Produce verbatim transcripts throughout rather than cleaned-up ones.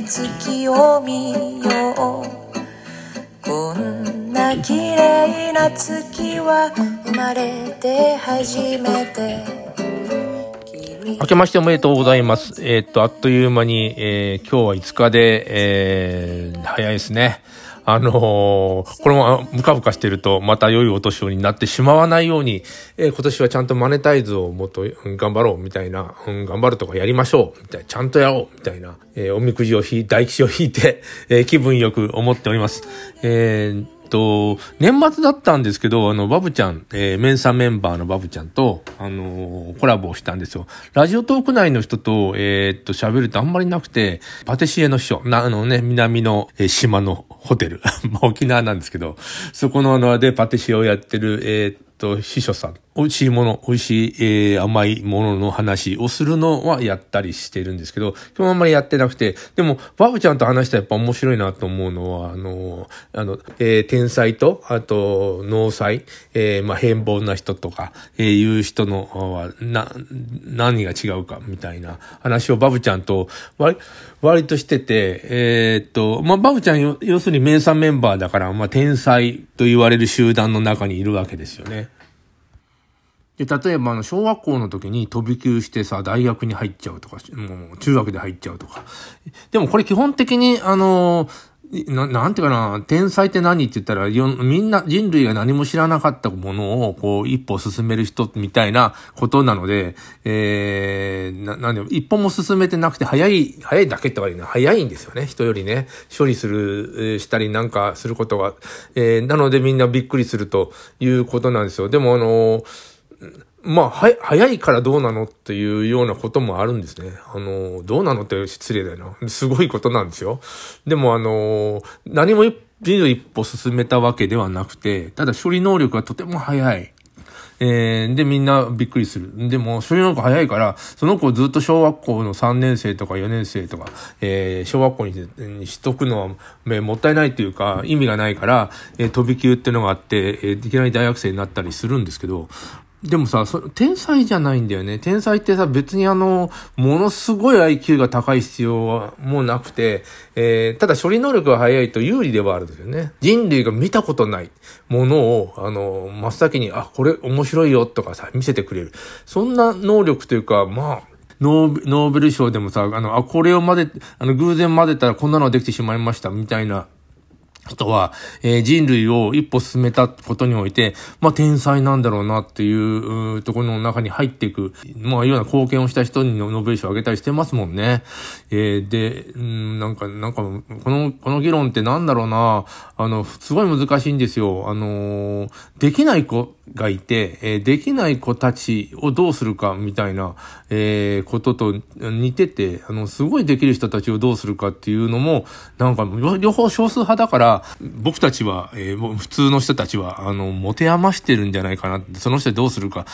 月を見よう。こんな綺麗な月は生まれて初めて。 明けましておめでとうございます。えー、っとあっという間に、えー、今日はいつかで、えー、早いですね。あのー、このままムカムカしてるとまた良いお年をになってしまわないように、えー、今年はちゃんとマネタイズをもっと、うん、頑張ろうみたいな、うん、頑張るとかやりましょうみたいな、ちゃんとやろうみたいな、えー、おみくじを引い大吉を引いて、えー、気分よく思っております。えーと年末だったんですけど、あのバブちゃん、えー、メンサメンバーのバブちゃんとあのー、コラボをしたんですよ。ラジオトーク内の人とえー、っと喋るとあんまりなくて、パティシエの師匠なあのね南の、えー、島のホテル沖縄なんですけど、そこのあのでパティシエをやってるえー、っと師匠さん、美味しいもの、美味しい、えー、甘いものの話をするのはやったりしてるんですけど、今日あんまりやってなくて、でもバブちゃんと話したらやっぱ面白いなと思うのは、あのあの、えー、天才とあと農才、えー、まあ変凡な人とか、えー、いう人のはな何が違うかみたいな話をバブちゃんと割割としてて、えー、っとまあバブちゃん要するにメンサメンバーだから、まあ天才と言われる集団の中にいるわけですよね。で、例えばあの小学校の時に飛び級してさ、大学に入っちゃうとか、もう中学で入っちゃうとか。でもこれ基本的にあのな、なんていうかな、天才って何って言ったら、みんな人類が何も知らなかったものをこう一歩進める人みたいなことなので、えー、な、なんで一歩も進めてなくて早い、早いだけって悪いな、早いんですよね、人よりね、処理する、したりなんかすることが、えー、なのでみんなびっくりするということなんですよ。でもあのまあ、は、早いからどうなのっていうようなこともあるんですね。あの、どうなのって失礼だよな。すごいことなんですよ。でもあの、何も一歩進めたわけではなくて、ただ処理能力がとても早い。えー、で、みんなびっくりする。でも、処理能力早いから、その子をずっと小学校のさんねん生とかよねん生とか、えー、小学校に、にしとくのは、えー、もったいないというか、意味がないから、えー、飛び級ってのがあって、えー、いきなり大学生になったりするんですけど、でもさ、そ天才じゃないんだよね。天才ってさ、別にあの、ものすごい アイキュー が高い必要はもうなくて、えー、ただ処理能力が早いと有利ではあるんですよね。人類が見たことないものを、あの、真っ先に、あ、これ面白いよとかさ、見せてくれる。そんな能力というか、まあ、ノーベ、ノーベル賞でもさ、あの、あ、これを混ぜ、あの、偶然混ぜたらこんなのができてしまいました、みたいな。人は、えー、人類を一歩進めたことにおいて、まあ、天才なんだろうなっていう、うところの中に入っていく、まあ、いうような貢献をした人にノーベル賞をあげたりしてますもんね。えー、で、うん、なんか、なんか、この、この議論ってなんだろうな、あの、すごい難しいんですよ。あのー、できない子がいて、えー、できない子たちをどうするかみたいな、えー、ことと似てて、あの、すごいできる人たちをどうするかっていうのも、なんか、両方少数派だから、僕たちは、えー、普通の人たちは、あの、持て余してるんじゃないかなって、その人でどうするか。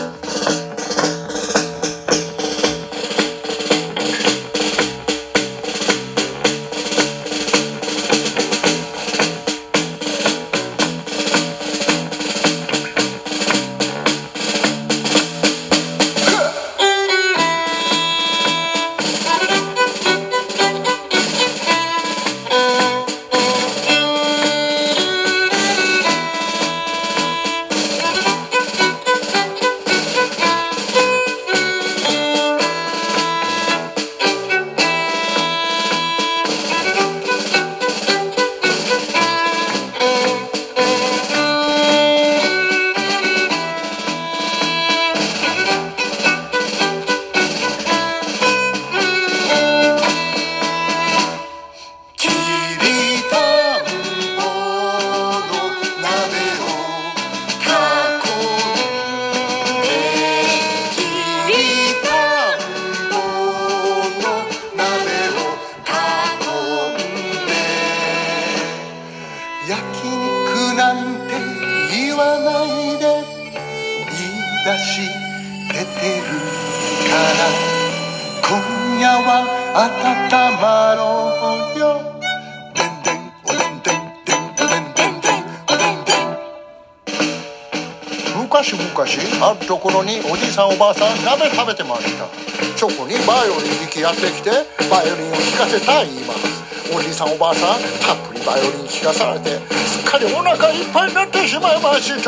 出し出てるから今夜は温まろうよでんでんおでんでんでんおでんでんでんおでんでん昔昔々あるところにおじいさんおばあさん鍋食べてました。そこにバイオリン弾きやってきてバイオリンを聴かせたい言います。おじいさんおばあさんたっぷりバイオリン聴かされてすっかりお腹いっぱいになってしまいました。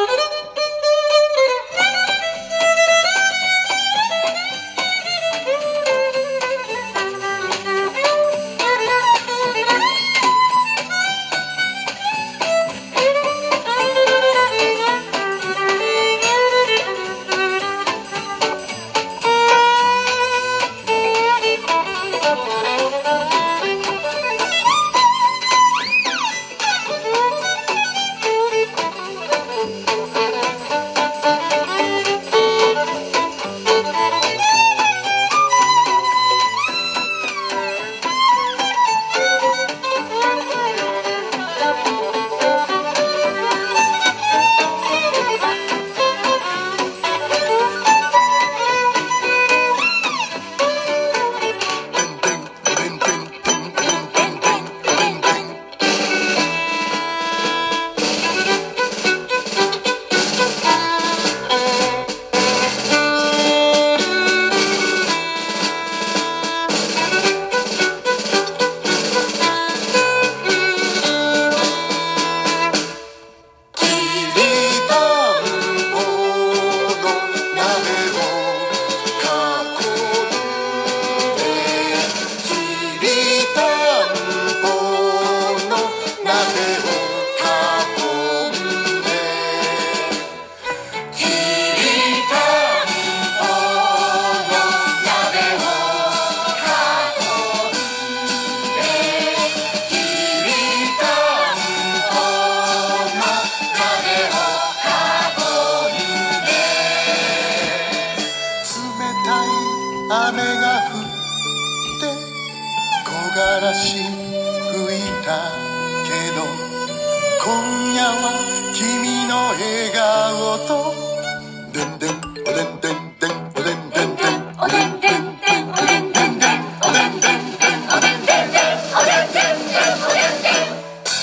雨が降って木枯らし吹いたけど今夜は君の笑顔とでんでんおでんでんでんおでんでんでんおでんでんでんおでんでんでんおでんでんでんおでんでんでんおでんでんでんおでんでんでん。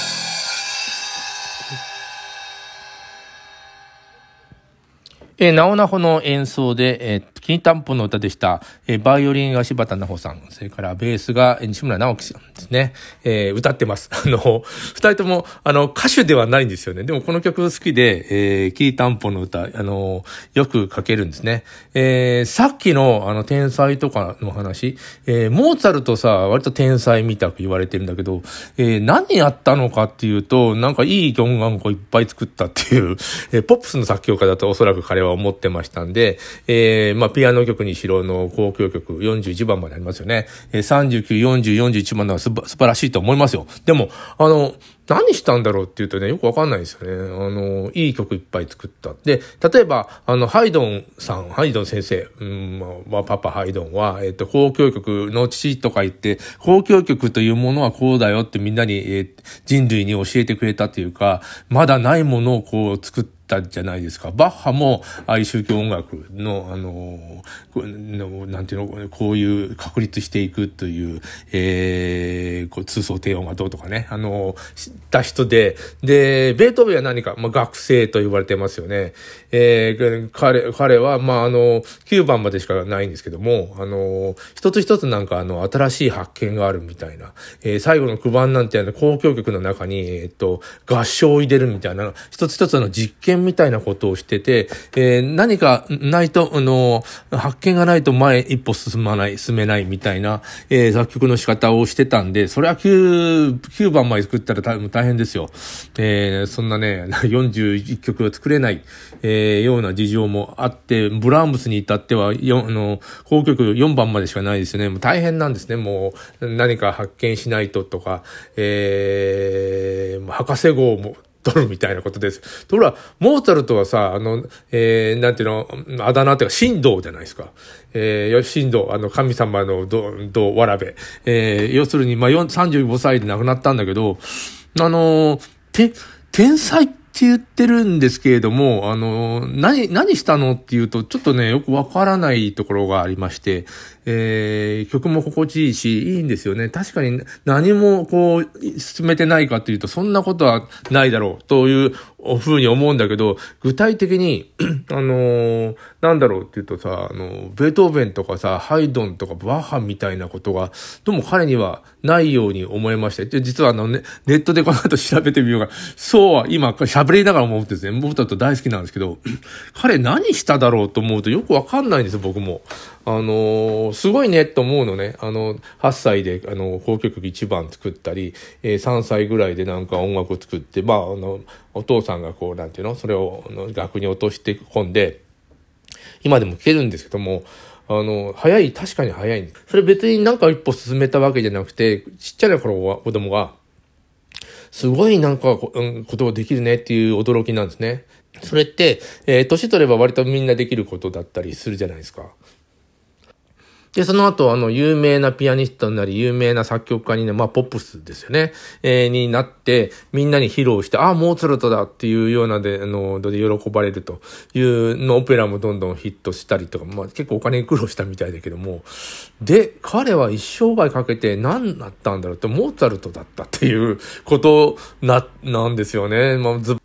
えー、なおなほの演奏で、えー、きりたんぽの歌でした。えー、バイオリンが柴田奈穂さん、それからベースが西村直樹さんですね。えー、歌ってます。あの、二人とも、あの、歌手ではないんですよね。でもこの曲好きで、えー、きりたんぽの歌、あの、よく書けるんですね。えー、さっきの、あの、天才とかの話、えー、モーツァルトさ、割と天才みたく言われてるんだけど、えー、何やったのかっていうと、なんかいい音楽をいっぱい作ったっていう、えー、ポップスの作曲家だとおそらく彼は思ってましたんで、えー、まあ、ピアノ曲にしろの交響曲よんじゅういちばんまでありますよね。えー、さんじゅうきゅう、よんじゅう、よんじゅういちばんのはすば素晴らしいと思いますよ。でも、あの、何したんだろうって言うとね、よくわかんないですよね。あの、いい曲いっぱい作った。で、例えば、あの、ハイドンさん、ハイドン先生、うん、まあ、パパハイドンは、えっと、交響曲の父とか言って、交響曲というものはこうだよってみんなに、えー、人類に教えてくれたというか、まだないものをこう作って、じゃないですか。バッハも、ああいう宗教音楽の、あの、のなんていうの、こういう確立していくという、えー、こう通奏低音がどうとかね、あの、知った人で、で、ベートーベンは何か、まあ、学生と言われてますよね。えー、彼、彼は、まあ、あの、きゅうばんまでしかないんですけども、あの、一つ一つなんか、あの、新しい発見があるみたいな、えー、最後のくばんなんて、あの、交響曲の中に、えっと、合唱を入れるみたいな、一つ一つの実験みたいなことをしてて、えー、何かないと、あの、発見がないと前一歩進まない、進めないみたいな、えー、作曲の仕方をしてたんで、それはきゅう、きゅうばんまで作ったら大大変ですよ。えー、そんなね、よんじゅういっきょくを作れない、えー、ような事情もあって、ブラームスに至っては、よ、あの、交響曲よんばんまでしかないですね。もう大変なんですね。もう、何か発見しないととか、えー、博士号も、取るみたいなことです。ところが、モーツァルトはさ、あの、えー、なんていうの、あだ名っていうか、神道じゃないですか。えー、神道、あの、神様のど、ど、わらべ。えー、要するに、まあ、さんじゅうごさいで亡くなったんだけど、あの、て、天才って言ってるんですけれども、あの、何、何したのっていうと、ちょっとね、よくわからないところがありまして、 えー、曲も心地いいし、いいんですよね。確かに何もこう、進めてないかというと、そんなことはないだろう、というふうに思うんだけど、具体的に、あのー、なんだろうっていうとさ、あの、ベートーベンとかさ、ハイドンとかバッハみたいなことが、どうも彼にはないように思いまして、で実はあのね、ネットでこの後調べてみようが、そうは今喋りながら思ってですね、僕だと大好きなんですけど、彼何しただろうと思うとよくわかんないんですよ、僕も。あのー、すごいねと思うのね。あの、はっさいで、あの、交響曲いちばん作ったり、えー、さんさいぐらいでなんか音楽を作って、まあ、あの、お父さんがこう、なんていうの、それをあの楽に落として込んで、今でも聴けるんですけども、あの、早い、確かに早いんです。それ別になんか一歩進めたわけじゃなくて、ちっちゃな頃は子供が、すごいなんか、うん、ことができるねっていう驚きなんですね。それって、えー、年取れば割とみんなできることだったりするじゃないですか。で、その後、あの、有名なピアニストになり、有名な作曲家にね、まあ、ポップスですよね、えー、になって、みんなに披露して、ああ、モーツァルトだっていうようなで、あの、で喜ばれるというの、オペラもどんどんヒットしたりとか、まあ、結構お金に苦労したみたいだけども、で、彼は一生涯かけて何だったんだろうって、モーツァルトだったっていうことな、なんですよね。まあ、ず